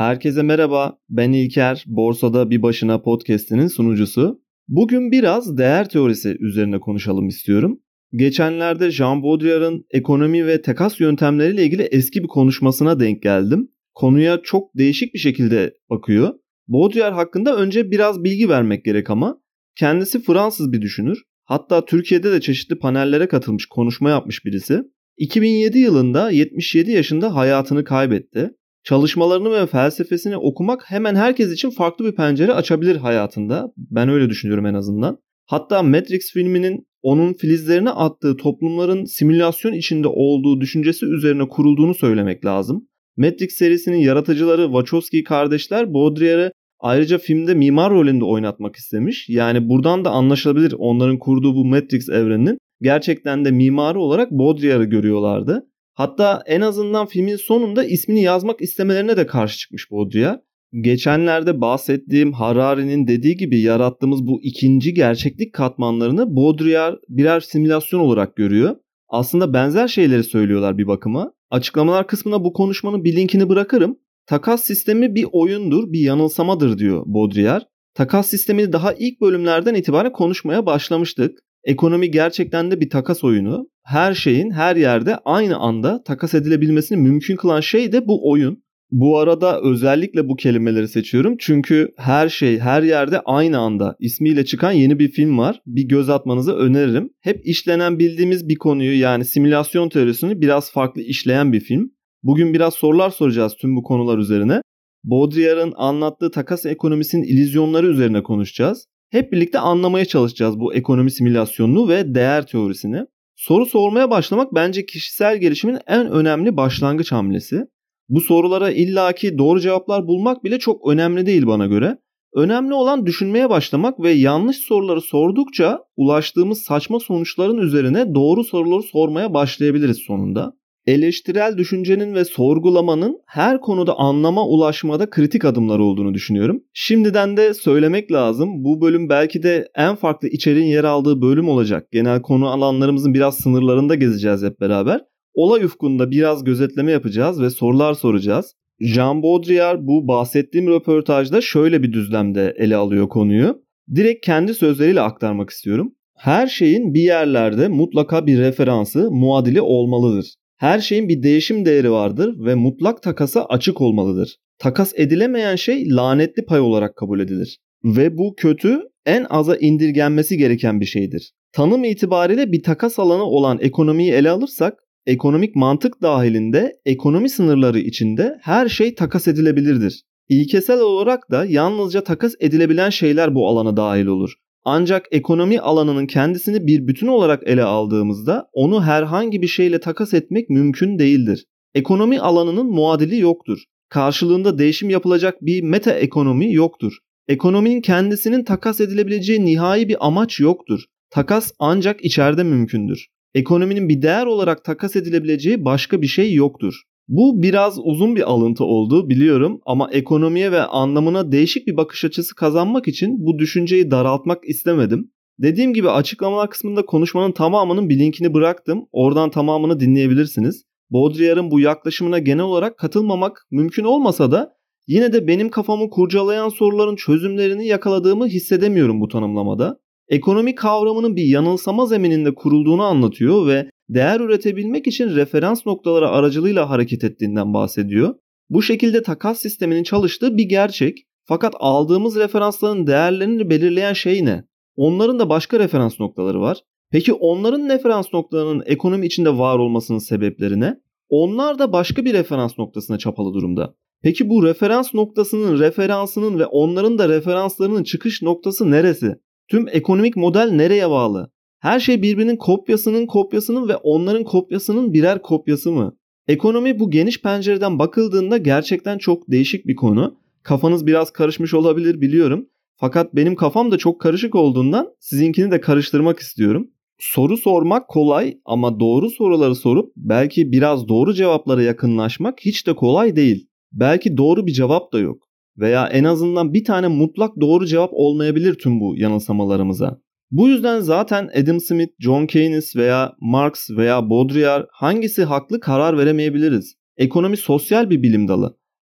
Herkese merhaba, ben İlker, Borsada Bir Başına podcast'inin sunucusu. Bugün biraz değer teorisi üzerine konuşalım istiyorum. Geçenlerde Jean Baudrillard'ın ekonomi ve takas yöntemleriyle ilgili eski bir konuşmasına denk geldim. Konuya çok değişik bir şekilde bakıyor. Baudrillard hakkında önce biraz bilgi vermek gerek ama kendisi Fransız bir düşünür. Hatta Türkiye'de de çeşitli panellere katılmış, konuşma yapmış birisi. 2007 yılında 77 yaşında hayatını kaybetti. Çalışmalarını ve felsefesini okumak hemen herkes için farklı bir pencere açabilir hayatında. Ben öyle düşünüyorum en azından. Hatta Matrix filminin onun filizlerini attığı toplumların simülasyon içinde olduğu düşüncesi üzerine kurulduğunu söylemek lazım. Matrix serisinin yaratıcıları Wachowski kardeşler Baudrillard'ı ayrıca filmde mimar rolünde oynatmak istemiş. Yani buradan da anlaşılabilir, onların kurduğu bu Matrix evreninin gerçekten de mimarı olarak Baudrillard'ı görüyorlardı. Hatta en azından filmin sonunda ismini yazmak istemelerine de karşı çıkmış Baudrillard. Geçenlerde bahsettiğim Harari'nin dediği gibi yarattığımız bu ikinci gerçeklik katmanlarını Baudrillard birer simülasyon olarak görüyor. Aslında benzer şeyleri söylüyorlar bir bakıma. Açıklamalar kısmına bu konuşmanın bir linkini bırakırım. Takas sistemi bir oyundur, bir yanılsamadır diyor Baudrillard. Takas sistemini daha ilk bölümlerden itibaren konuşmaya başlamıştık. Ekonomi gerçekten de bir takas oyunu. Her şeyin her yerde aynı anda takas edilebilmesini mümkün kılan şey de bu oyun. Bu arada özellikle bu kelimeleri seçiyorum çünkü her şey her yerde aynı anda ismiyle çıkan yeni bir film var. Bir göz atmanızı öneririm. Hep işlenen bildiğimiz bir konuyu, yani simülasyon teorisini biraz farklı işleyen bir film. Bugün biraz sorular soracağız tüm bu konular üzerine. Baudrillard'ın anlattığı takas ekonomisinin illüzyonları üzerine konuşacağız. Hep birlikte anlamaya çalışacağız bu ekonomi simülasyonunu ve değer teorisini. Soru sormaya başlamak bence kişisel gelişimin en önemli başlangıç hamlesi. Bu sorulara illaki doğru cevaplar bulmak bile çok önemli değil bana göre. Önemli olan düşünmeye başlamak ve yanlış soruları sordukça ulaştığımız saçma sonuçların üzerine doğru soruları sormaya başlayabiliriz sonunda. Eleştirel düşüncenin ve sorgulamanın her konuda anlama ulaşmada kritik adımlar olduğunu düşünüyorum. Şimdiden de söylemek lazım, bu bölüm belki de en farklı içeriğin yer aldığı bölüm olacak. Genel konu alanlarımızın biraz sınırlarında gezeceğiz hep beraber. Olay ufkunda biraz gözetleme yapacağız ve sorular soracağız. Jean Baudrillard bu bahsettiğim röportajda şöyle bir düzlemde ele alıyor konuyu. Direkt kendi sözleriyle aktarmak istiyorum. Her şeyin bir yerlerde mutlaka bir referansı, muadili olmalıdır. Her şeyin bir değişim değeri vardır ve mutlak takasa açık olmalıdır. Takas edilemeyen şey lanetli pay olarak kabul edilir. Ve bu kötü, en aza indirgenmesi gereken bir şeydir. Tanım itibariyle bir takas alanı olan ekonomiyi ele alırsak, ekonomik mantık dahilinde, ekonomi sınırları içinde her şey takas edilebilirdir. İlkesel olarak da yalnızca takas edilebilen şeyler bu alana dahil olur. Ancak ekonomi alanının kendisini bir bütün olarak ele aldığımızda onu herhangi bir şeyle takas etmek mümkün değildir. Ekonomi alanının muadili yoktur. Karşılığında değişim yapılacak bir meta ekonomi yoktur. Ekonominin kendisinin takas edilebileceği nihai bir amaç yoktur. Takas ancak içeride mümkündür. Ekonominin bir değer olarak takas edilebileceği başka bir şey yoktur. Bu biraz uzun bir alıntı oldu biliyorum ama ekonomiye ve anlamına değişik bir bakış açısı kazanmak için bu düşünceyi daraltmak istemedim. Dediğim gibi açıklamalar kısmında konuşmanın tamamının bir linkini bıraktım. Oradan tamamını dinleyebilirsiniz. Baudrillard'ın bu yaklaşımına genel olarak katılmamak mümkün olmasa da yine de benim kafamı kurcalayan soruların çözümlerini yakaladığımı hissedemiyorum bu tanımlamada. Ekonomi kavramının bir yanılsama zemininde kurulduğunu anlatıyor ve değer üretebilmek için referans noktaları aracılığıyla hareket ettiğinden bahsediyor. Bu şekilde takas sisteminin çalıştığı bir gerçek. Fakat aldığımız referansların değerlerini belirleyen şey ne? Onların da başka referans noktaları var. Peki onların referans noktalarının ekonomi içinde var olmasının sebepleri ne? Onlar da başka bir referans noktasına çapalı durumda. Peki bu referans noktasının, referansının ve onların da referanslarının çıkış noktası neresi? Tüm ekonomik model nereye bağlı? Her şey birbirinin kopyasının ve onların kopyasının birer kopyası mı? Ekonomi bu geniş pencereden bakıldığında gerçekten çok değişik bir konu. Kafanız biraz karışmış olabilir biliyorum. Fakat benim kafam da çok karışık olduğundan sizinkini de karıştırmak istiyorum. Soru sormak kolay ama doğru soruları sorup belki biraz doğru cevaplara yakınlaşmak hiç de kolay değil. Belki doğru bir cevap da yok. Veya en azından bir tane mutlak doğru cevap olmayabilir tüm bu yanılsamalarımıza. Bu yüzden zaten Adam Smith, John Keynes veya Marx veya Baudrillard hangisi haklı karar veremeyebiliriz. Ekonomi sosyal bir bilim dalı.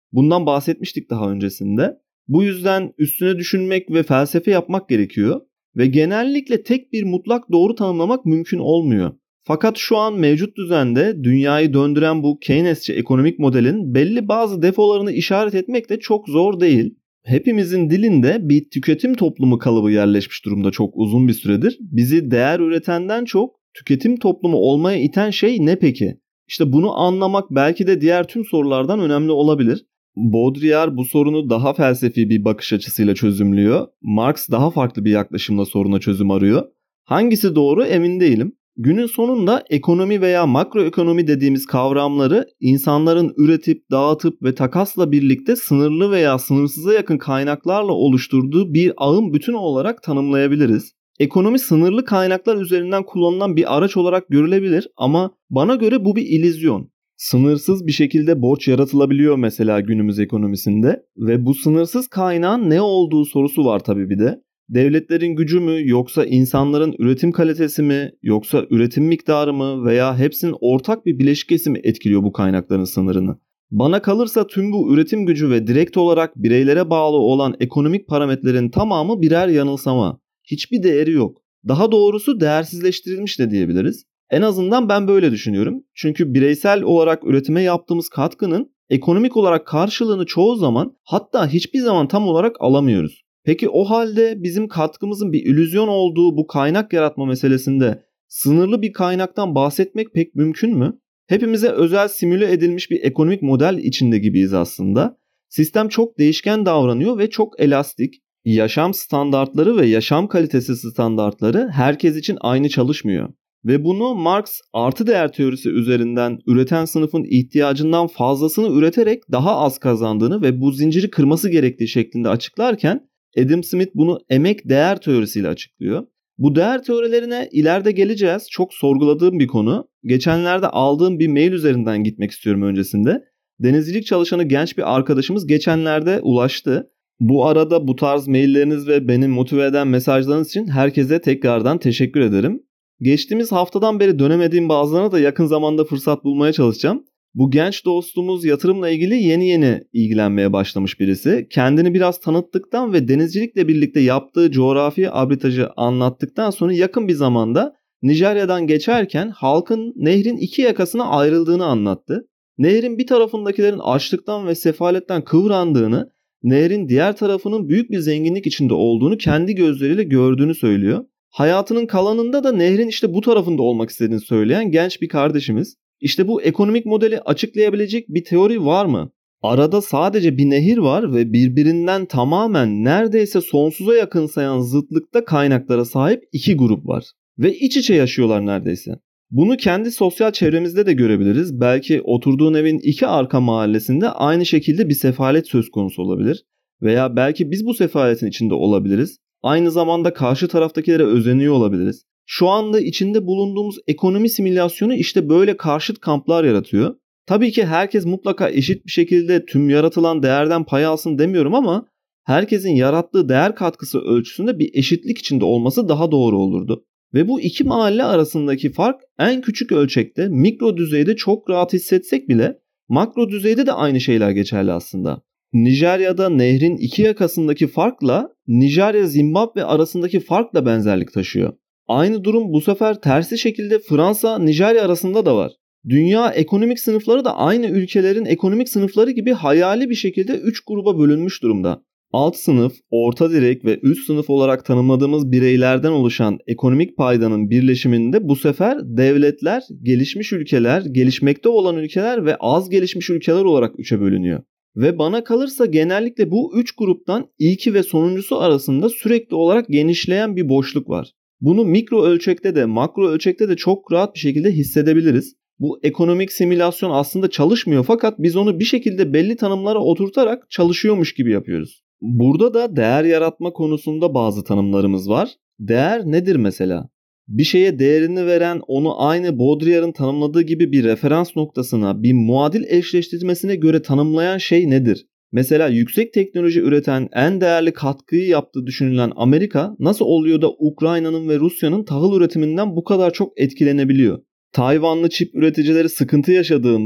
Bundan bahsetmiştik daha öncesinde. Bu yüzden üstüne düşünmek ve felsefe yapmak gerekiyor ve genellikle tek bir mutlak doğru tanımlamak mümkün olmuyor. Fakat şu an mevcut düzende dünyayı döndüren bu Keynesçi ekonomik modelin belli bazı defolarını işaret etmek de çok zor değil. Hepimizin dilinde bir tüketim toplumu kalıbı yerleşmiş durumda çok uzun bir süredir. Bizi değer üretenden çok tüketim toplumu olmaya iten şey ne peki? İşte bunu anlamak belki de diğer tüm sorulardan önemli olabilir. Baudrillard bu sorunu daha felsefi bir bakış açısıyla çözümlüyor. Marx daha farklı bir yaklaşımla soruna çözüm arıyor. Hangisi doğru emin değilim. Günün sonunda ekonomi veya makroekonomi dediğimiz kavramları insanların üretip, dağıtıp ve takasla birlikte sınırlı veya sınırsıza yakın kaynaklarla oluşturduğu bir ağın bütünü olarak tanımlayabiliriz. Ekonomi sınırlı kaynaklar üzerinden kullanılan bir araç olarak görülebilir ama bana göre bu bir illüzyon. Sınırsız bir şekilde borç yaratılabiliyor mesela günümüz ekonomisinde ve bu sınırsız kaynağın ne olduğu sorusu var tabii bir de. Devletlerin gücü mü yoksa insanların üretim kalitesi mi yoksa üretim miktarı mı veya hepsinin ortak bir bileşkesi mi etkiliyor bu kaynakların sınırını? Bana kalırsa tüm bu üretim gücü ve direkt olarak bireylere bağlı olan ekonomik parametrenin tamamı birer yanılsama. Hiçbir değeri yok. Daha doğrusu değersizleştirilmiş de diyebiliriz. En azından ben böyle düşünüyorum. Çünkü bireysel olarak üretime yaptığımız katkının ekonomik olarak karşılığını çoğu zaman hatta hiçbir zaman tam olarak alamıyoruz. Peki o halde bizim katkımızın bir illüzyon olduğu bu kaynak yaratma meselesinde sınırlı bir kaynaktan bahsetmek pek mümkün mü? Hepimize özel simüle edilmiş bir ekonomik model içinde gibiyiz aslında. Sistem çok değişken davranıyor ve çok elastik. Yaşam standartları ve yaşam kalitesi standartları herkes için aynı çalışmıyor. Ve bunu Marx artı değer teorisi üzerinden üreten sınıfın ihtiyacından fazlasını üreterek daha az kazandığını ve bu zinciri kırması gerektiği şeklinde açıklarken Adam Smith bunu emek değer teorisiyle açıklıyor. Bu değer teorilerine ileride geleceğiz. Çok sorguladığım bir konu. Geçenlerde aldığım bir mail üzerinden gitmek istiyorum öncesinde. Denizcilik çalışanı genç bir arkadaşımız geçenlerde ulaştı. Bu arada bu tarz mailleriniz ve beni motive eden mesajlarınız için herkese tekrardan teşekkür ederim. Geçtiğimiz haftadan beri dönemediğim bazılarına da yakın zamanda fırsat bulmaya çalışacağım. Bu genç dostumuz yatırımla ilgili yeni ilgilenmeye başlamış birisi. Kendini biraz tanıttıktan ve denizcilikle birlikte yaptığı coğrafi arbitrajı anlattıktan sonra yakın bir zamanda Nijerya'dan geçerken halkın nehrin iki yakasına ayrıldığını anlattı. Nehrin bir tarafındakilerin açlıktan ve sefaletten kıvrandığını, nehrin diğer tarafının büyük bir zenginlik içinde olduğunu kendi gözleriyle gördüğünü söylüyor. Hayatının kalanında da nehrin işte bu tarafında olmak istediğini söyleyen genç bir kardeşimiz. İşte bu ekonomik modeli açıklayabilecek bir teori var mı? Arada sadece bir nehir var ve birbirinden tamamen neredeyse sonsuza yakın sayan zıtlıkta kaynaklara sahip iki grup var. Ve iç içe yaşıyorlar neredeyse. Bunu kendi sosyal çevremizde de görebiliriz. Belki oturduğun evin iki arka mahallesinde aynı şekilde bir sefalet söz konusu olabilir. Veya belki biz bu sefaletin içinde olabiliriz. Aynı zamanda karşı taraftakilere özeniyor olabiliriz. Şu anda içinde bulunduğumuz ekonomi simülasyonu işte böyle karşıt kamplar yaratıyor. Tabii ki herkes mutlaka eşit bir şekilde tüm yaratılan değerden pay alsın demiyorum ama herkesin yarattığı değer katkısı ölçüsünde bir eşitlik içinde olması daha doğru olurdu. Ve bu iki mahalle arasındaki fark en küçük ölçekte, mikro düzeyde çok rahat hissetsek bile makro düzeyde de aynı şeyler geçerli aslında. Nijerya'da nehrin iki yakasındaki farkla Nijerya-Zimbabwe arasındaki farkla benzerlik taşıyor. Aynı durum bu sefer tersi şekilde Fransa-Nijerya arasında da var. Dünya ekonomik sınıfları da aynı ülkelerin ekonomik sınıfları gibi hayali bir şekilde 3 gruba bölünmüş durumda. Alt sınıf, orta direk ve üst sınıf olarak tanımladığımız bireylerden oluşan ekonomik paydanın birleşiminde bu sefer devletler, gelişmiş ülkeler, gelişmekte olan ülkeler ve az gelişmiş ülkeler olarak 3'e bölünüyor. Ve bana kalırsa genellikle bu 3 gruptan ilki ve sonuncusu arasında sürekli olarak genişleyen bir boşluk var. Bunu mikro ölçekte de makro ölçekte de çok rahat bir şekilde hissedebiliriz. Bu ekonomik simülasyon aslında çalışmıyor fakat biz onu bir şekilde belli tanımlara oturtarak çalışıyormuş gibi yapıyoruz. Burada da değer yaratma konusunda bazı tanımlarımız var. Değer nedir mesela? Bir şeye değerini veren, onu aynı Baudrillard'ın tanımladığı gibi bir referans noktasına, bir muadil eşleştirmesine göre tanımlayan şey nedir? Mesela yüksek teknoloji üreten, en değerli katkıyı yaptığı düşünülen Amerika nasıl oluyor da Ukrayna'nın ve Rusya'nın tahıl üretiminden bu kadar çok etkilenebiliyor? Tayvanlı çip üreticileri sıkıntı yaşadığında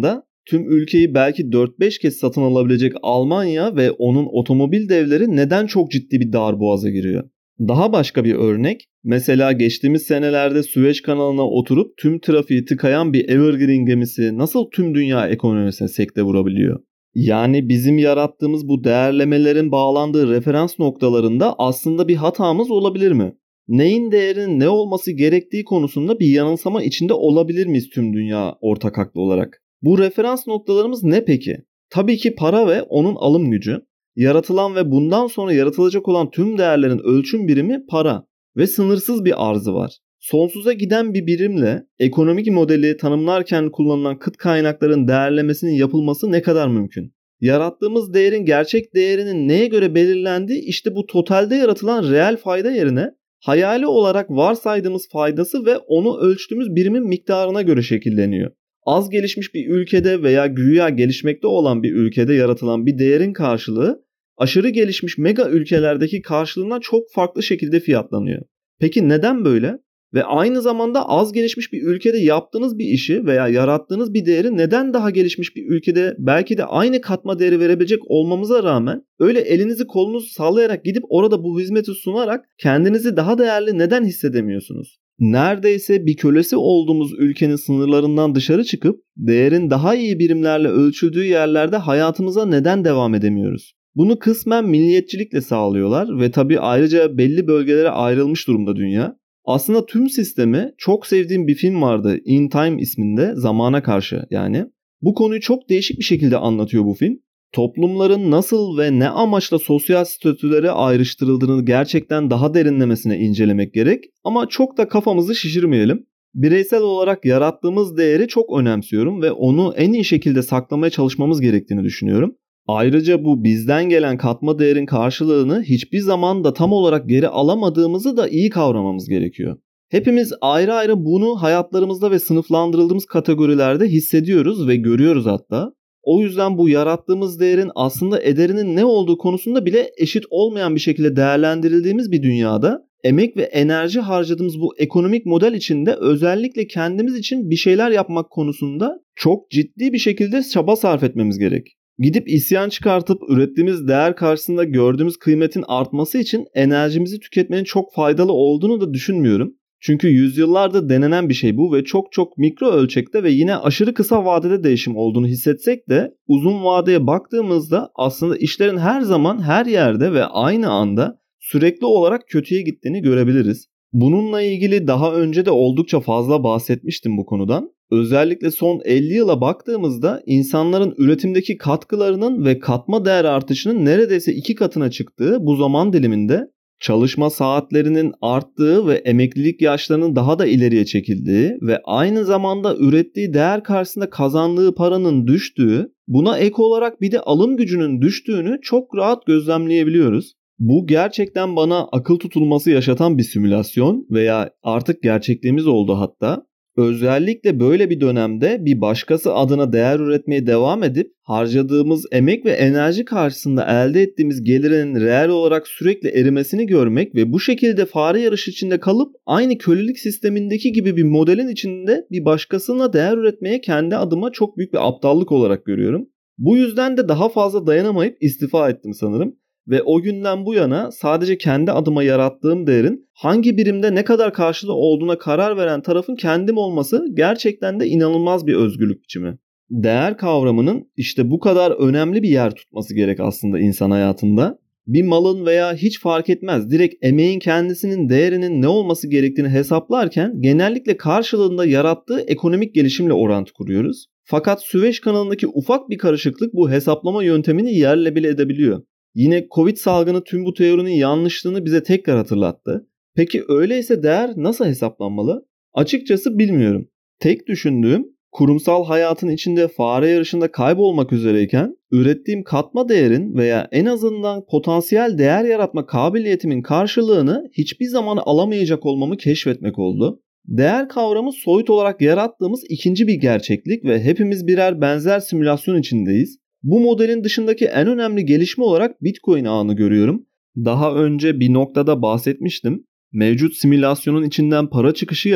tüm ülkeyi belki 4-5 kez satın alabilecek Almanya ve onun otomobil devleri neden çok ciddi bir darboğaza giriyor? Daha başka bir örnek, mesela geçtiğimiz senelerde Süveyş kanalına oturup tüm trafiği tıkayan bir Evergreen gemisi nasıl tüm dünya ekonomisine sekte vurabiliyor? Yani bizim yarattığımız bu değerlemelerin bağlandığı referans noktalarında aslında bir hatamız olabilir mi? Neyin değerinin ne olması gerektiği konusunda bir yanılsama içinde olabilir miyiz tüm dünya ortak haklı olarak? Bu referans noktalarımız ne peki? Tabii ki para ve onun alım gücü. Yaratılan ve bundan sonra yaratılacak olan tüm değerlerin ölçüm birimi para ve sınırsız bir arzı var. Sonsuza giden bir birimle ekonomik modeli tanımlarken kullanılan kıt kaynakların değerlemesinin yapılması ne kadar mümkün? Yarattığımız değerin gerçek değerinin neye göre belirlendiği işte bu totalde yaratılan reel fayda yerine hayali olarak varsaydığımız faydası ve onu ölçtüğümüz birimin miktarına göre şekilleniyor. Az gelişmiş bir ülkede veya güya gelişmekte olan bir ülkede yaratılan bir değerin karşılığı aşırı gelişmiş mega ülkelerdeki karşılığından çok farklı şekilde fiyatlanıyor. Peki neden böyle? Ve aynı zamanda az gelişmiş bir ülkede yaptığınız bir işi veya yarattığınız bir değeri neden daha gelişmiş bir ülkede belki de aynı katma değeri verebilecek olmamıza rağmen öyle elinizi kolunuzu sallayarak gidip orada bu hizmeti sunarak kendinizi daha değerli neden hissedemiyorsunuz? Neredeyse bir kölesi olduğumuz ülkenin sınırlarından dışarı çıkıp değerin daha iyi birimlerle ölçüldüğü yerlerde hayatımıza neden devam edemiyoruz? Bunu kısmen milliyetçilikle sağlıyorlar ve tabii ayrıca belli bölgelere ayrılmış durumda dünya. Aslında tüm sistemi çok sevdiğim bir film vardı In Time isminde, zamana karşı yani. Bu konuyu çok değişik bir şekilde anlatıyor bu film. Toplumların nasıl ve ne amaçla sosyal statülere ayrıştırıldığını gerçekten daha derinlemesine incelemek gerek ama çok da kafamızı şişirmeyelim. Bireysel olarak yarattığımız değeri çok önemsiyorum ve onu en iyi şekilde saklamaya çalışmamız gerektiğini düşünüyorum. Ayrıca bu bizden gelen katma değerin karşılığını hiçbir zaman da tam olarak geri alamadığımızı da iyi kavramamız gerekiyor. Hepimiz ayrı ayrı bunu hayatlarımızda ve sınıflandırıldığımız kategorilerde hissediyoruz ve görüyoruz hatta. O yüzden bu yarattığımız değerin aslında ederinin ne olduğu konusunda bile eşit olmayan bir şekilde değerlendirildiğimiz bir dünyada emek ve enerji harcadığımız bu ekonomik model içinde özellikle kendimiz için bir şeyler yapmak konusunda çok ciddi bir şekilde çaba sarf etmemiz gerek. Gidip isyan çıkartıp ürettiğimiz değer karşısında gördüğümüz kıymetin artması için enerjimizi tüketmenin çok faydalı olduğunu da düşünmüyorum. Çünkü yüzyıllardır denenen bir şey bu ve çok çok mikro ölçekte ve yine aşırı kısa vadede değişim olduğunu hissetsek de uzun vadeye baktığımızda aslında işlerin her zaman her yerde ve aynı anda sürekli olarak kötüye gittiğini görebiliriz. Bununla ilgili daha önce de oldukça fazla bahsetmiştim bu konudan. Özellikle son 50 yıla baktığımızda insanların üretimdeki katkılarının ve katma değer artışının neredeyse 2 katına çıktığı bu zaman diliminde çalışma saatlerinin arttığı ve emeklilik yaşlarının daha da ileriye çekildiği ve aynı zamanda ürettiği değer karşısında kazandığı paranın düştüğü, buna ek olarak bir de alım gücünün düştüğünü çok rahat gözlemleyebiliyoruz. Bu gerçekten bana akıl tutulması yaşatan bir simülasyon veya artık gerçekliğimiz oldu hatta. Özellikle böyle bir dönemde bir başkası adına değer üretmeye devam edip harcadığımız emek ve enerji karşısında elde ettiğimiz gelirin reel olarak sürekli erimesini görmek ve bu şekilde fare yarışı içinde kalıp aynı kölelik sistemindeki gibi bir modelin içinde bir başkasına değer üretmeye kendi adıma çok büyük bir aptallık olarak görüyorum. Bu yüzden de daha fazla dayanamayıp istifa ettim sanırım. Ve o günden bu yana sadece kendi adıma yarattığım değerin hangi birimde ne kadar karşılığı olduğuna karar veren tarafın kendim olması gerçekten de inanılmaz bir özgürlük biçimi. Değer kavramının işte bu kadar önemli bir yer tutması gerek aslında insan hayatında. Bir malın veya hiç fark etmez direkt emeğin kendisinin değerinin ne olması gerektiğini hesaplarken genellikle karşılığında yarattığı ekonomik gelişimle orantı kuruyoruz. Fakat Süveyş kanalındaki ufak bir karışıklık bu hesaplama yöntemini yerle bile edebiliyor. Yine Covid salgını tüm bu teorinin yanlışlığını bize tekrar hatırlattı. Peki öyleyse değer nasıl hesaplanmalı? Açıkçası bilmiyorum. Tek düşündüğüm kurumsal hayatın içinde fare yarışında kaybolmak üzereyken ürettiğim katma değerin veya en azından potansiyel değer yaratma kabiliyetimin karşılığını hiçbir zaman alamayacak olmamı keşfetmek oldu. Değer kavramı soyut olarak yarattığımız ikinci bir gerçeklik ve hepimiz birer benzer simülasyon içindeyiz. Bu modelin dışındaki en önemli gelişme olarak Bitcoin ağını görüyorum. Daha önce bir noktada bahsetmiştim. Mevcut simülasyonun içinden para çıkışı yapıp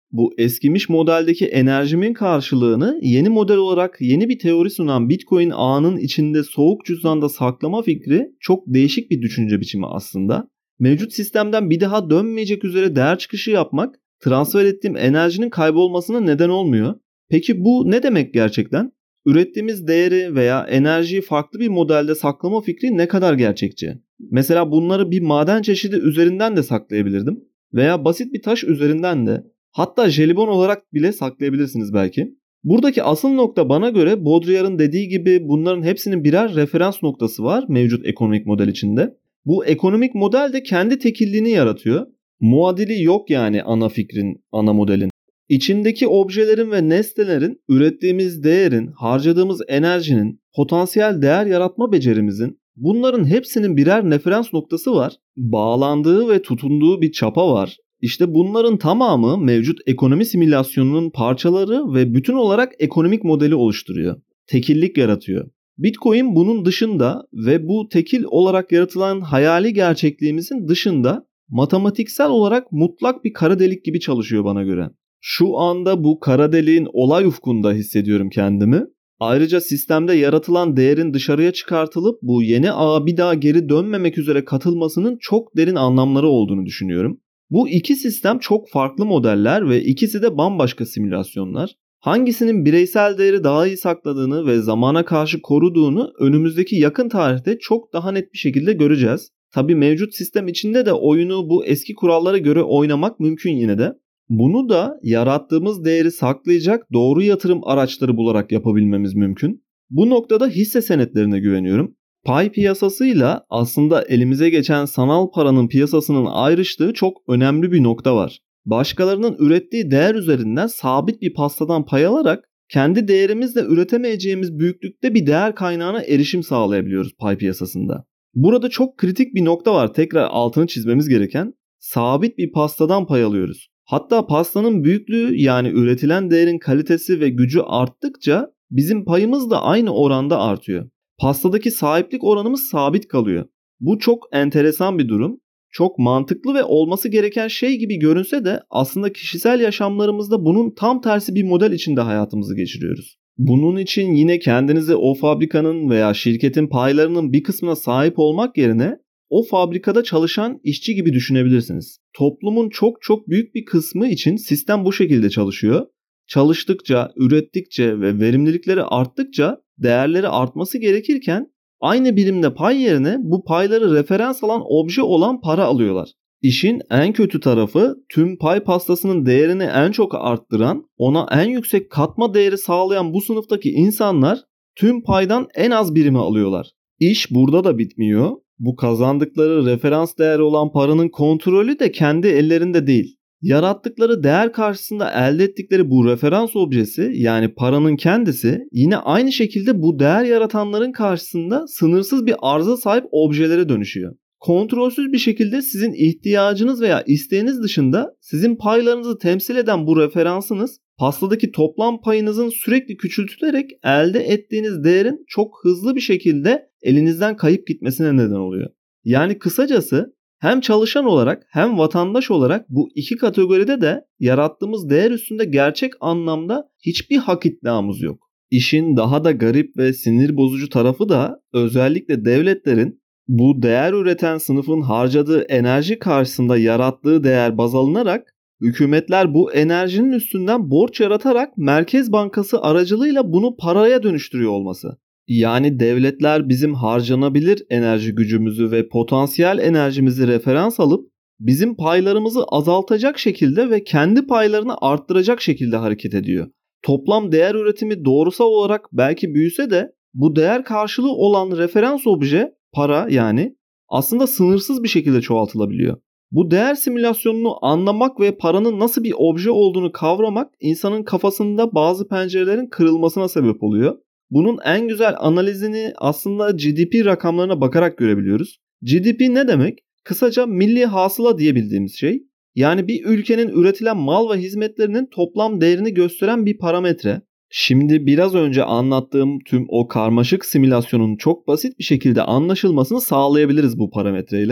Bu eskimiş modeldeki enerjimin karşılığını yeni model olarak yeni bir teori sunan Bitcoin ağının içinde soğuk cüzdanda saklama fikri çok değişik bir düşünce biçimi aslında. Mevcut sistemden bir daha dönmeyecek üzere değer çıkışı yapmak, transfer ettiğim enerjinin kaybolmasına neden olmuyor. Peki bu ne demek gerçekten? Ürettiğimiz değeri veya enerjiyi farklı bir modelde saklama fikri ne kadar gerçekçi? Mesela bunları bir maden çeşidi üzerinden de saklayabilirdim. Veya basit bir taş üzerinden de, hatta jelibon olarak bile saklayabilirsiniz belki. Buradaki asıl nokta bana göre Baudrillard'ın dediği gibi bunların hepsinin birer referans noktası var mevcut ekonomik model içinde. Bu ekonomik model de kendi tekilliğini yaratıyor. Muadili yok yani ana fikrin, ana modelin. İçindeki objelerin ve nesnelerin, ürettiğimiz değerin, harcadığımız enerjinin, potansiyel değer yaratma becerimizin, bunların hepsinin birer referans noktası var. Bağlandığı ve tutunduğu bir çapa var. İşte bunların tamamı mevcut ekonomi simülasyonunun parçaları ve bütün olarak ekonomik modeli oluşturuyor. Tekillik yaratıyor. Bitcoin bunun dışında ve bu tekil olarak yaratılan hayali gerçekliğimizin dışında matematiksel olarak mutlak bir kara delik gibi çalışıyor bana göre. Şu anda bu kara deliğin olay ufkunda hissediyorum kendimi. Ayrıca sistemde yaratılan değerin dışarıya çıkartılıp bu yeni ağa bir daha geri dönmemek üzere katılmasının çok derin anlamları olduğunu düşünüyorum. Bu iki sistem çok farklı modeller ve ikisi de bambaşka simülasyonlar. Hangisinin bireysel değeri daha iyi sakladığını ve zamana karşı koruduğunu önümüzdeki yakın tarihte çok daha net bir şekilde göreceğiz. Tabii mevcut sistem içinde de oyunu bu eski kurallara göre oynamak mümkün yine de. Bunu da yarattığımız değeri saklayacak doğru yatırım araçları bularak yapabilmemiz mümkün. Bu noktada hisse senetlerine güveniyorum. Pay piyasasıyla aslında elimize geçen sanal paranın piyasasının ayrıştığı çok önemli bir nokta var. Başkalarının ürettiği değer üzerinden sabit bir pastadan pay alarak kendi değerimizle üretemeyeceğimiz büyüklükte bir değer kaynağına erişim sağlayabiliyoruz pay piyasasında. Burada çok kritik bir nokta var, tekrar altını çizmemiz gereken. Sabit bir pastadan pay alıyoruz. Hatta pastanın büyüklüğü, yani üretilen değerin kalitesi ve gücü arttıkça bizim payımız da aynı oranda artıyor. Pastadaki sahiplik oranımız sabit kalıyor. Bu çok enteresan bir durum. Çok mantıklı ve olması gereken şey gibi görünse de aslında kişisel yaşamlarımızda bunun tam tersi bir model içinde hayatımızı geçiriyoruz. Bunun için yine kendinizi o fabrikanın veya şirketin paylarının bir kısmına sahip olmak yerine o fabrikada çalışan işçi gibi düşünebilirsiniz. Toplumun çok çok büyük bir kısmı için sistem bu şekilde çalışıyor. Çalıştıkça, ürettikçe ve verimlilikleri arttıkça değerleri artması gerekirken aynı birimde pay yerine bu payları referans alan obje olan para alıyorlar. İşin en kötü tarafı, tüm pay pastasının değerini en çok arttıran, ona en yüksek katma değeri sağlayan bu sınıftaki insanlar tüm paydan en az birimi alıyorlar. İş burada da bitmiyor. Bu kazandıkları referans değeri olan paranın kontrolü de kendi ellerinde değil. Yarattıkları değer karşısında elde ettikleri bu referans objesi, yani paranın kendisi, yine aynı şekilde bu değer yaratanların karşısında sınırsız bir arıza sahip objelere dönüşüyor. Kontrolsüz bir şekilde sizin ihtiyacınız veya isteğiniz dışında sizin paylarınızı temsil eden bu referansınız pastadaki toplam payınızın sürekli küçültülerek elde ettiğiniz değerin çok hızlı bir şekilde elinizden kayıp gitmesine neden oluyor. Yani kısacası hem çalışan olarak hem vatandaş olarak bu iki kategoride de yarattığımız değer üstünde gerçek anlamda hiçbir hak iddiamız yok. İşin daha da garip ve sinir bozucu tarafı da özellikle devletlerin bu değer üreten sınıfın harcadığı enerji karşısında yarattığı değer baz alınarak hükümetler bu enerjinin üstünden borç yaratarak Merkez Bankası aracılığıyla bunu paraya dönüştürüyor olması. Yani devletler bizim harcanabilir enerji gücümüzü ve potansiyel enerjimizi referans alıp bizim paylarımızı azaltacak şekilde ve kendi paylarını arttıracak şekilde hareket ediyor. Toplam değer üretimi doğrusal olarak belki büyüse de bu değer karşılığı olan referans obje, para yani, aslında sınırsız bir şekilde çoğaltılabiliyor. Bu değer simülasyonunu anlamak ve paranın nasıl bir obje olduğunu kavramak insanın kafasında bazı pencerelerin kırılmasına sebep oluyor. Bunun en güzel analizini aslında GDP rakamlarına bakarak görebiliyoruz. GDP ne demek? Kısaca milli hasıla diye bildiğimiz şey. Yani bir ülkenin üretilen mal ve hizmetlerinin toplam değerini gösteren bir parametre. Şimdi biraz önce anlattığım tüm o karmaşık simülasyonun çok basit bir şekilde anlaşılmasını sağlayabiliriz bu parametreyle.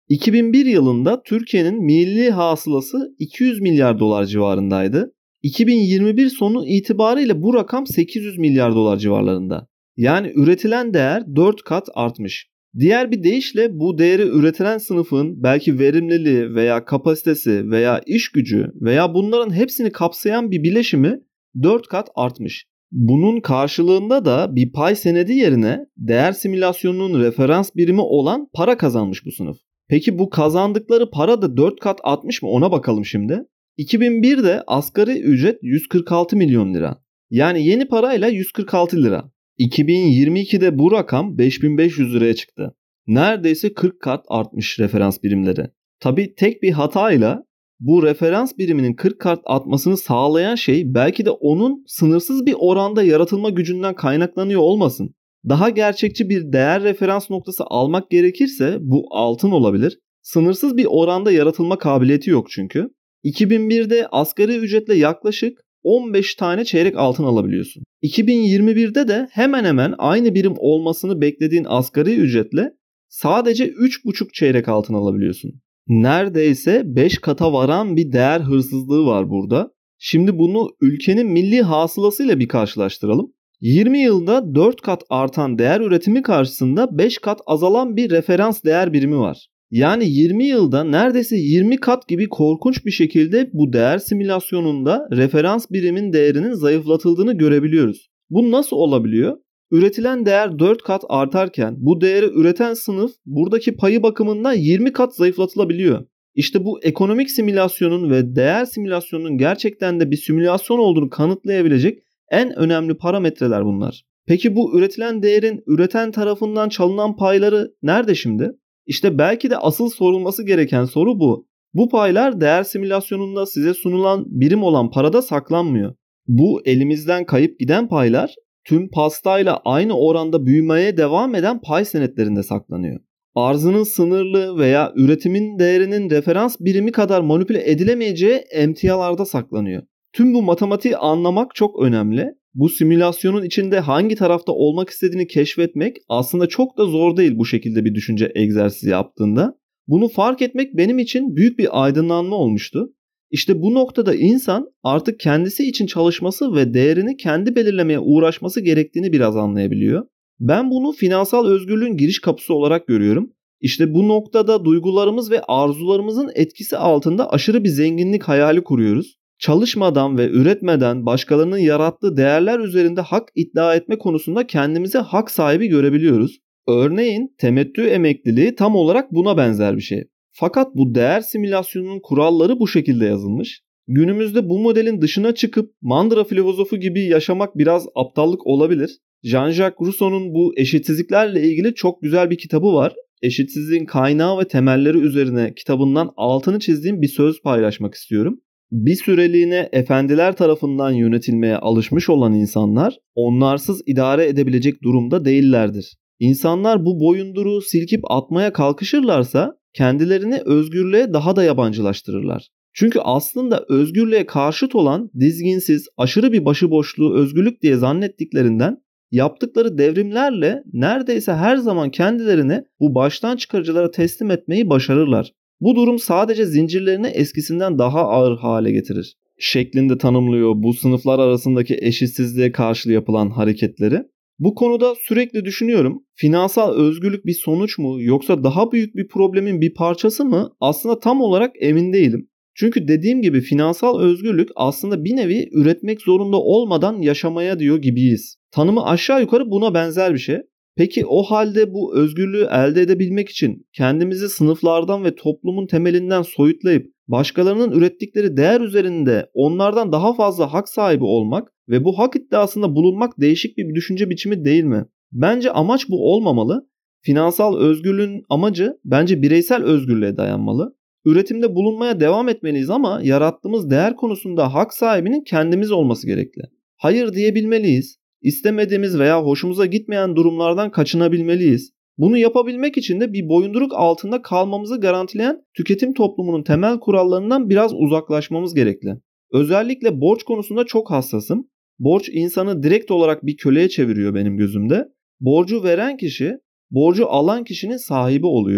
2001 yılında Türkiye'nin milli hasılası 200 milyar dolar civarındaydı. 2021 sonu itibariyle bu rakam 800 milyar dolar civarlarında. Yani üretilen değer 4 kat artmış. Diğer bir deyişle bu değeri üretilen sınıfın belki verimliliği veya kapasitesi veya iş gücü veya bunların hepsini kapsayan bir bileşimi 4 kat artmış. Bunun karşılığında da bir pay senedi yerine değer simülasyonunun referans birimi olan para kazanmış bu sınıf. Peki bu kazandıkları para da 4 kat artmış mı, ona bakalım şimdi. 2001'de asgari ücret 146 milyon lira. Yani yeni parayla 146 lira. 2022'de bu rakam 5500 liraya çıktı. Neredeyse 40 kat artmış referans birimleri. Tabii tek bir hatayla bu referans biriminin 40 kat artmasını sağlayan şey belki de onun sınırsız bir oranda yaratılma gücünden kaynaklanıyor olmasın. Daha gerçekçi bir değer referans noktası almak gerekirse bu altın olabilir. Sınırsız bir oranda yaratılma kabiliyeti yok çünkü. 2001'de asgari ücretle yaklaşık 15 tane çeyrek altın alabiliyorsun. 2021'de de hemen hemen aynı birim olmasını beklediğin asgari ücretle sadece 3,5 çeyrek altın alabiliyorsun. Neredeyse 5 kata varan bir değer hırsızlığı var burada. Şimdi bunu ülkenin milli hasılasıyla bir karşılaştıralım. 20 yılda 4 kat artan değer üretimi karşısında 5 kat azalan bir referans değer birimi var. Yani 20 yılda neredeyse 20 kat gibi korkunç bir şekilde bu değer simülasyonunda referans birimin değerinin zayıflatıldığını görebiliyoruz. Bu nasıl olabiliyor? Üretilen değer 4 kat artarken bu değeri üreten sınıf buradaki payı bakımından 20 kat zayıflatılabiliyor. İşte bu ekonomik simülasyonun ve değer simülasyonunun gerçekten de bir simülasyon olduğunu kanıtlayabilecek en önemli parametreler bunlar. Peki bu üretilen değerin üreten tarafından çalınan payları nerede şimdi? İşte belki de asıl sorulması gereken soru bu. Bu paylar değer simülasyonunda size sunulan birim olan parada saklanmıyor. Bu elimizden kayıp giden paylar tüm pastayla aynı oranda büyümeye devam eden pay senetlerinde saklanıyor. Arzının sınırlı veya üretimin değerinin referans birimi kadar manipüle edilemeyeceği emtialarda saklanıyor. Tüm bu matematiği anlamak çok önemli. Bu simülasyonun içinde hangi tarafta olmak istediğini keşfetmek aslında çok da zor değil bu şekilde bir düşünce egzersizi yaptığında. Bunu fark etmek benim için büyük bir aydınlanma olmuştu. İşte bu noktada insan artık kendisi için çalışması ve değerini kendi belirlemeye uğraşması gerektiğini biraz anlayabiliyor. Ben bunu finansal özgürlüğün giriş kapısı olarak görüyorum. İşte bu noktada duygularımız ve arzularımızın etkisi altında aşırı bir zenginlik hayali kuruyoruz. Çalışmadan ve üretmeden başkalarının yarattığı değerler üzerinde hak iddia etme konusunda kendimizi hak sahibi görebiliyoruz. Örneğin temettü emekliliği tam olarak buna benzer bir şey. Fakat bu değer simülasyonunun kuralları bu şekilde yazılmış. Günümüzde bu modelin dışına çıkıp mandıra filozofu gibi yaşamak biraz aptallık olabilir. Jean-Jacques Rousseau'nun bu eşitsizliklerle ilgili çok güzel bir kitabı var. Eşitsizliğin kaynağı ve temelleri üzerine kitabından altını çizdiğim bir söz paylaşmak istiyorum. Bir süreliğine efendiler tarafından yönetilmeye alışmış olan insanlar onlarsız idare edebilecek durumda değillerdir. İnsanlar bu boyunduruğu silkip atmaya kalkışırlarsa kendilerini özgürlüğe daha da yabancılaştırırlar. Çünkü aslında özgürlüğe karşıt olan dizginsiz, aşırı bir başıboşluğu özgürlük diye zannettiklerinden yaptıkları devrimlerle neredeyse her zaman kendilerini bu baştan çıkarıcılara teslim etmeyi başarırlar. Bu durum sadece zincirlerini eskisinden daha ağır hale getirir şeklinde tanımlıyor bu sınıflar arasındaki eşitsizliğe karşı yapılan hareketleri. Bu konuda sürekli düşünüyorum. Finansal özgürlük bir sonuç mu yoksa daha büyük bir problemin bir parçası mı? Aslında tam olarak emin değilim. Çünkü dediğim gibi finansal özgürlük aslında bir nevi üretmek zorunda olmadan yaşamaya diyor gibiyiz. Tanımı aşağı yukarı buna benzer bir şey. Peki o halde bu özgürlüğü elde edebilmek için kendimizi sınıflardan ve toplumun temelinden soyutlayıp başkalarının ürettikleri değer üzerinde onlardan daha fazla hak sahibi olmak ve bu hak iddiasında bulunmak değişik bir düşünce biçimi değil mi? Bence amaç bu olmamalı. Finansal özgürlüğün amacı bence bireysel özgürlüğe dayanmalı. Üretimde bulunmaya devam etmeliyiz ama yarattığımız değer konusunda hak sahibinin kendimiz olması gerekli. Hayır diyebilmeliyiz. İstemediğimiz veya hoşumuza gitmeyen durumlardan kaçınabilmeliyiz. Bunu yapabilmek için de bir boyunduruk altında kalmamızı garantileyen tüketim toplumunun temel kurallarından biraz uzaklaşmamız gerekli. Özellikle borç konusunda çok hassasım. Borç insanı direkt olarak bir köleye çeviriyor benim gözümde. Borcu veren kişi, borcu alan kişinin sahibi oluyor.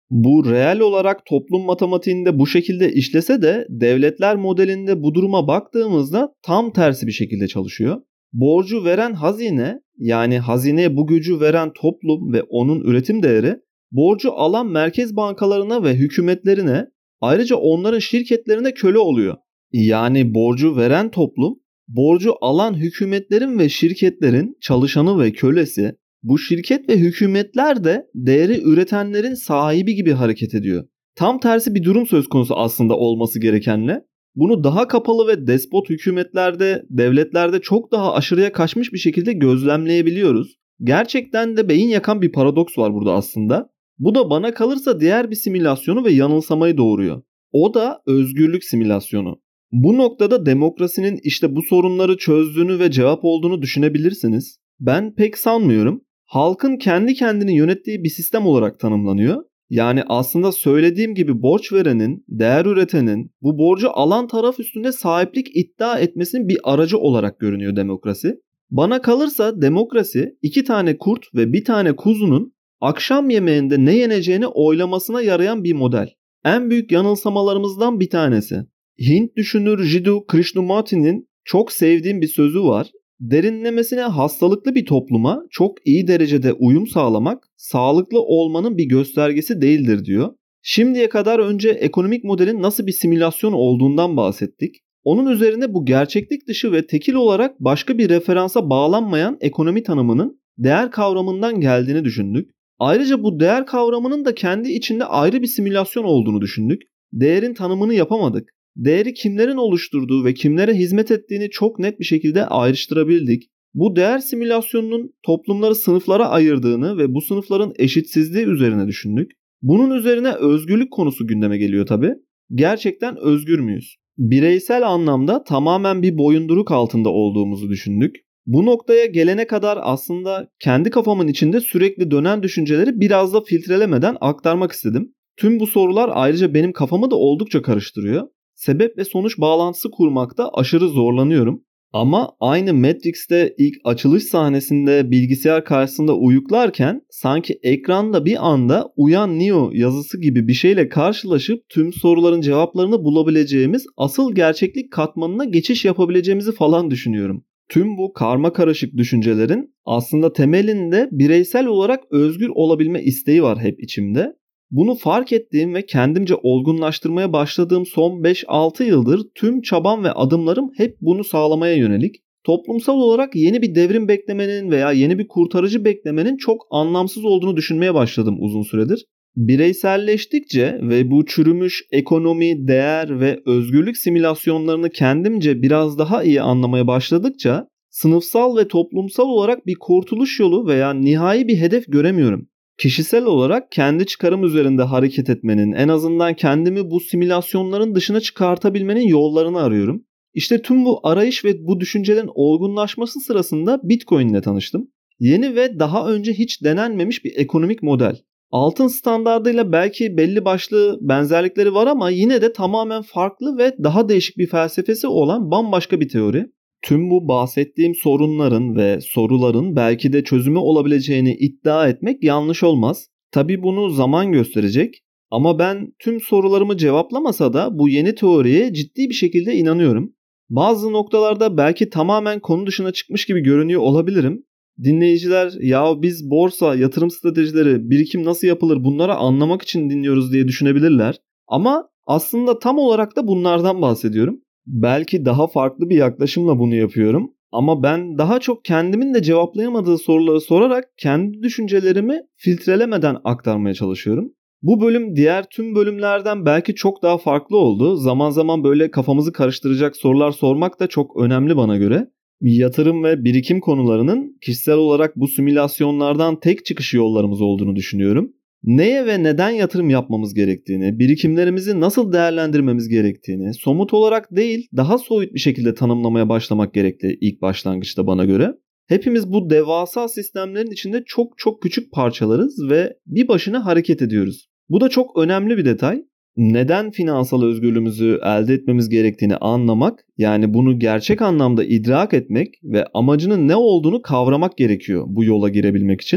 Bu reel olarak toplum matematiğinde bu şekilde işlese de devletler modelinde bu duruma baktığımızda tam tersi bir şekilde çalışıyor. Borcu veren hazine, yani hazineye bu gücü veren toplum ve onun üretim değeri, borcu alan merkez bankalarına ve hükümetlerine, ayrıca onların şirketlerine köle oluyor. Yani borcu veren toplum, borcu alan hükümetlerin ve şirketlerin çalışanı ve kölesi, bu şirket ve hükümetler de değeri üretenlerin sahibi gibi hareket ediyor. Tam tersi bir durum söz konusu aslında olması gerekenle. Bunu daha kapalı ve despot hükümetlerde, devletlerde çok daha aşırıya kaçmış bir şekilde gözlemleyebiliyoruz. Gerçekten de beyin yakan bir paradoks var burada aslında. Bu da bana kalırsa diğer bir simülasyonu ve yanılsamayı doğuruyor. O da özgürlük simülasyonu. Bu noktada demokrasinin işte bu sorunları çözdüğünü ve cevap olduğunu düşünebilirsiniz. Ben pek sanmıyorum. Halkın kendi kendini yönettiği bir sistem olarak tanımlanıyor. Yani aslında söylediğim gibi borç verenin, değer üretenin bu borcu alan taraf üstünde sahiplik iddia etmesinin bir aracı olarak görünüyor demokrasi. Bana kalırsa demokrasi 2 tane kurt ve 1 tane kuzunun akşam yemeğinde ne yeneceğini oylamasına yarayan bir model. En büyük yanılsamalarımızdan bir tanesi. Hint düşünür Jiddu Krishnamurti'nin çok sevdiğim bir sözü var. Derinlemesine hastalıklı bir topluma çok iyi derecede uyum sağlamak sağlıklı olmanın bir göstergesi değildir diyor. Şimdiye kadar önce ekonomik modelin nasıl bir simülasyon olduğundan bahsettik. Onun üzerine bu gerçeklik dışı ve tekil olarak başka bir referansa bağlanmayan ekonomi tanımının değer kavramından geldiğini düşündük. Ayrıca bu değer kavramının da kendi içinde ayrı bir simülasyon olduğunu düşündük. Değerin tanımını yapamadık. Değeri kimlerin oluşturduğu ve kimlere hizmet ettiğini çok net bir şekilde ayrıştırabildik. Bu değer simülasyonunun toplumları sınıflara ayırdığını ve bu sınıfların eşitsizliği üzerine düşündük. Bunun üzerine özgürlük konusu gündeme geliyor tabii. Gerçekten özgür müyüz? Bireysel anlamda tamamen bir boyunduruk altında olduğumuzu düşündük. Bu noktaya gelene kadar aslında kendi kafamın içinde sürekli dönen düşünceleri biraz da filtrelemeden aktarmak istedim. Tüm bu sorular ayrıca benim kafamı da oldukça karıştırıyor. Sebep ve sonuç bağlantısı kurmakta aşırı zorlanıyorum. Ama aynı Matrix'te ilk açılış sahnesinde bilgisayar karşısında uyuklarken sanki ekranda bir anda "Uyan Neo" yazısı gibi bir şeyle karşılaşıp tüm soruların cevaplarını bulabileceğimiz asıl gerçeklik katmanına geçiş yapabileceğimizi falan düşünüyorum. Tüm bu karma karışık düşüncelerin aslında temelinde bireysel olarak özgür olabilme isteği var hep içimde. Bunu fark ettiğim ve kendimce olgunlaştırmaya başladığım son 5-6 yıldır tüm çabam ve adımlarım hep bunu sağlamaya yönelik. Toplumsal olarak yeni bir devrim beklemenin veya yeni bir kurtarıcı beklemenin çok anlamsız olduğunu düşünmeye başladım uzun süredir. Bireyselleştikçe ve bu çürümüş ekonomi, değer ve özgürlük simülasyonlarını kendimce biraz daha iyi anlamaya başladıkça sınıfsal ve toplumsal olarak bir kurtuluş yolu veya nihai bir hedef göremiyorum. Kişisel olarak kendi çıkarım üzerinde hareket etmenin, en azından kendimi bu simülasyonların dışına çıkartabilmenin yollarını arıyorum. İşte tüm bu arayış ve bu düşüncelerin olgunlaşması sırasında Bitcoin ile tanıştım. Yeni ve daha önce hiç denenmemiş bir ekonomik model. Altın standardıyla belki belli başlı benzerlikleri var ama yine de tamamen farklı ve daha değişik bir felsefesi olan bambaşka bir teori. Tüm bu bahsettiğim sorunların ve soruların belki de çözümü olabileceğini iddia etmek yanlış olmaz. Tabii bunu zaman gösterecek ama ben tüm sorularımı cevaplamasa da bu yeni teoriye ciddi bir şekilde inanıyorum. Bazı noktalarda belki tamamen konu dışına çıkmış gibi görünüyor olabilirim. Dinleyiciler "Ya biz borsa, yatırım stratejileri, birikim nasıl yapılır bunları anlamak için dinliyoruz" diye düşünebilirler. Ama aslında tam olarak da bunlardan bahsediyorum. Belki daha farklı bir yaklaşımla bunu yapıyorum ama ben daha çok kendimin de cevaplayamadığı soruları sorarak kendi düşüncelerimi filtrelemeden aktarmaya çalışıyorum. Bu bölüm diğer tüm bölümlerden belki çok daha farklı oldu. Zaman zaman böyle kafamızı karıştıracak sorular sormak da çok önemli bana göre. Yatırım ve birikim konularının kişisel olarak bu simülasyonlardan tek çıkış yollarımız olduğunu düşünüyorum. Neye ve neden yatırım yapmamız gerektiğini, birikimlerimizi nasıl değerlendirmemiz gerektiğini somut olarak değil daha soyut bir şekilde tanımlamaya başlamak gerekli ilk başlangıçta bana göre. Hepimiz bu devasa sistemlerin içinde çok çok küçük parçalarız ve bir başına hareket ediyoruz. Bu da çok önemli bir detay. Neden finansal özgürlüğümüzü elde etmemiz gerektiğini anlamak, yani bunu gerçek anlamda idrak etmek ve amacının ne olduğunu kavramak gerekiyor bu yola girebilmek için.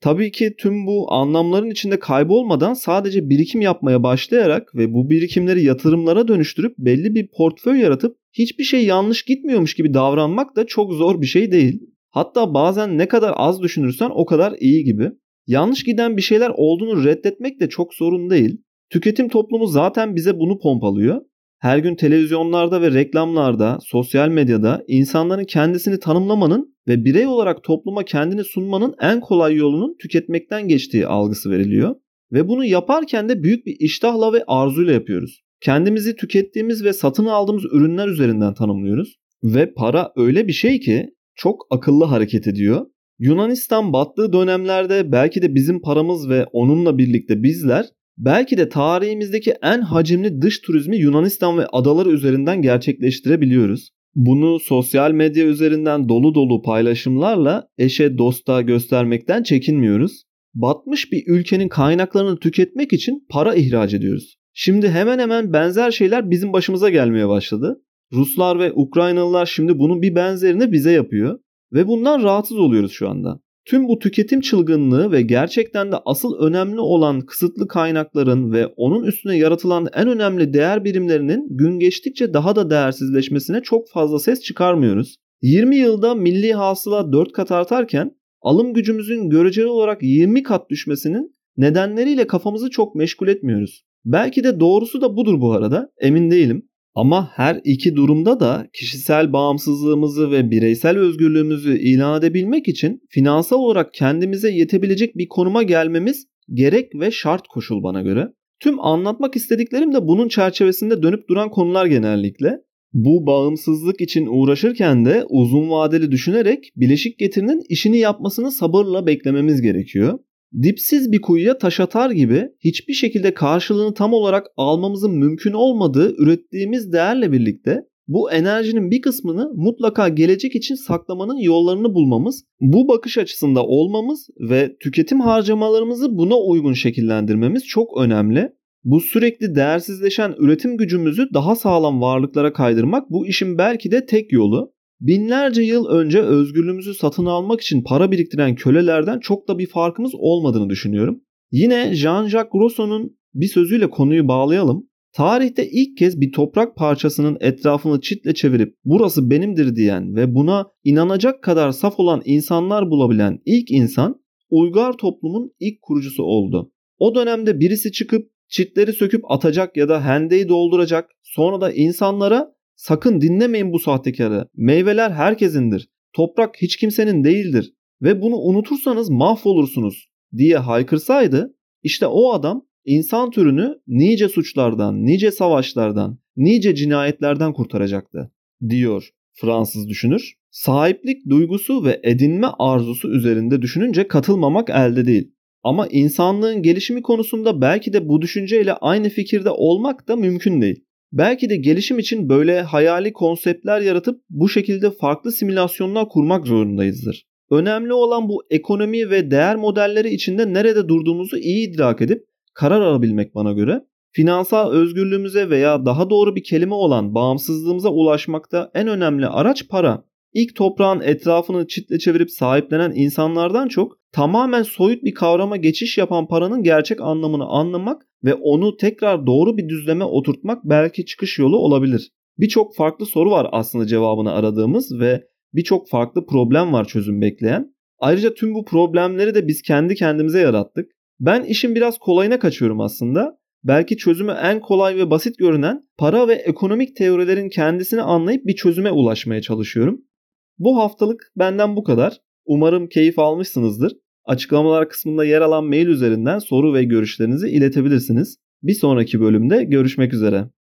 Tabii ki tüm bu anlamların içinde kaybolmadan sadece birikim yapmaya başlayarak ve bu birikimleri yatırımlara dönüştürüp belli bir portföy yaratıp hiçbir şey yanlış gitmiyormuş gibi davranmak da çok zor bir şey değil. Hatta bazen ne kadar az düşünürsen o kadar iyi gibi. Yanlış giden bir şeyler olduğunu reddetmek de çok sorun değil. Tüketim toplumu zaten bize bunu pompalıyor. Her gün televizyonlarda ve reklamlarda, sosyal medyada insanların kendisini tanımlamanın ve birey olarak topluma kendini sunmanın en kolay yolunun tüketmekten geçtiği algısı veriliyor. Ve bunu yaparken de büyük bir iştahla ve arzuyla yapıyoruz. Kendimizi tükettiğimiz ve satın aldığımız ürünler üzerinden tanımlıyoruz. Ve para öyle bir şey ki çok akıllı hareket ediyor. Yunanistan battığı dönemlerde belki de bizim paramız ve onunla birlikte bizler belki de tarihimizdeki en hacimli dış turizmi Yunanistan ve adaları üzerinden gerçekleştirebiliyoruz. Bunu sosyal medya üzerinden dolu dolu paylaşımlarla eşe dosta göstermekten çekinmiyoruz. Batmış bir ülkenin kaynaklarını tüketmek için para ihraç ediyoruz. Şimdi hemen hemen benzer şeyler bizim başımıza gelmeye başladı. Ruslar ve Ukraynalılar şimdi bunun bir benzerini bize yapıyor ve bundan rahatsız oluyoruz şu anda. Tüm bu tüketim çılgınlığı ve gerçekten de asıl önemli olan kısıtlı kaynakların ve onun üstüne yaratılan en önemli değer birimlerinin gün geçtikçe daha da değersizleşmesine çok fazla ses çıkarmıyoruz. 20 yılda milli hasıla 4 kat artarken alım gücümüzün göreceli olarak 20 kat düşmesinin nedenleriyle kafamızı çok meşgul etmiyoruz. Belki de doğrusu da budur bu arada, emin değilim. Ama her iki durumda da kişisel bağımsızlığımızı ve bireysel özgürlüğümüzü ilan edebilmek için finansal olarak kendimize yetebilecek bir konuma gelmemiz gerek ve şart koşul bana göre. Tüm anlatmak istediklerim de bunun çerçevesinde dönüp duran konular genellikle. Bu bağımsızlık için uğraşırken de uzun vadeli düşünerek bileşik getirinin işini yapmasını sabırla beklememiz gerekiyor. Dipsiz bir kuyuya taş atar gibi hiçbir şekilde karşılığını tam olarak almamızın mümkün olmadığı ürettiğimiz değerle birlikte bu enerjinin bir kısmını mutlaka gelecek için saklamanın yollarını bulmamız, bu bakış açısında olmamız ve tüketim harcamalarımızı buna uygun şekillendirmemiz çok önemli. Bu sürekli değersizleşen üretim gücümüzü daha sağlam varlıklara kaydırmak bu işin belki de tek yolu. Binlerce yıl önce özgürlüğümüzü satın almak için para biriktiren kölelerden çok da bir farkımız olmadığını düşünüyorum. Yine Jean-Jacques Rousseau'nun bir sözüyle konuyu bağlayalım. Tarihte ilk kez bir toprak parçasının etrafını çitle çevirip burası benimdir diyen ve buna inanacak kadar saf olan insanlar bulabilen ilk insan uygar toplumun ilk kurucusu oldu. O dönemde birisi çıkıp çitleri söküp atacak ya da hendeyi dolduracak, sonra da insanlara sakın dinlemeyin bu sahtekarı. Meyveler herkesindir. Toprak hiç kimsenin değildir ve bunu unutursanız mahvolursunuz diye haykırsaydı, işte o adam insan türünü nice suçlardan, nice savaşlardan, nice cinayetlerden kurtaracaktı, diyor Fransız düşünür. Sahiplik duygusu ve edinme arzusu üzerinde düşününce katılmamak elde değil. Ama insanlığın gelişimi konusunda belki de bu düşünceyle aynı fikirde olmak da mümkün değil. Belki de gelişim için böyle hayali konseptler yaratıp bu şekilde farklı simülasyonlar kurmak zorundayızdır. Önemli olan bu ekonomi ve değer modelleri içinde nerede durduğumuzu iyi idrak edip karar alabilmek bana göre. Finansal özgürlüğümüze veya daha doğru bir kelime olan bağımsızlığımıza ulaşmakta en önemli araç para. İlk toprağın etrafını çitle çevirip sahiplenen insanlardan çok tamamen soyut bir kavrama geçiş yapan paranın gerçek anlamını anlamak ve onu tekrar doğru bir düzleme oturtmak belki çıkış yolu olabilir. Birçok farklı soru var aslında cevabını aradığımız ve birçok farklı problem var çözüm bekleyen. Ayrıca tüm bu problemleri de biz kendi kendimize yarattık. Ben işin biraz kolayına kaçıyorum aslında. Belki çözümü en kolay ve basit görünen para ve ekonomik teorilerin kendisini anlayıp bir çözüme ulaşmaya çalışıyorum. Bu haftalık benden bu kadar. Umarım keyif almışsınızdır. Açıklamalar kısmında yer alan mail üzerinden soru ve görüşlerinizi iletebilirsiniz. Bir sonraki bölümde görüşmek üzere.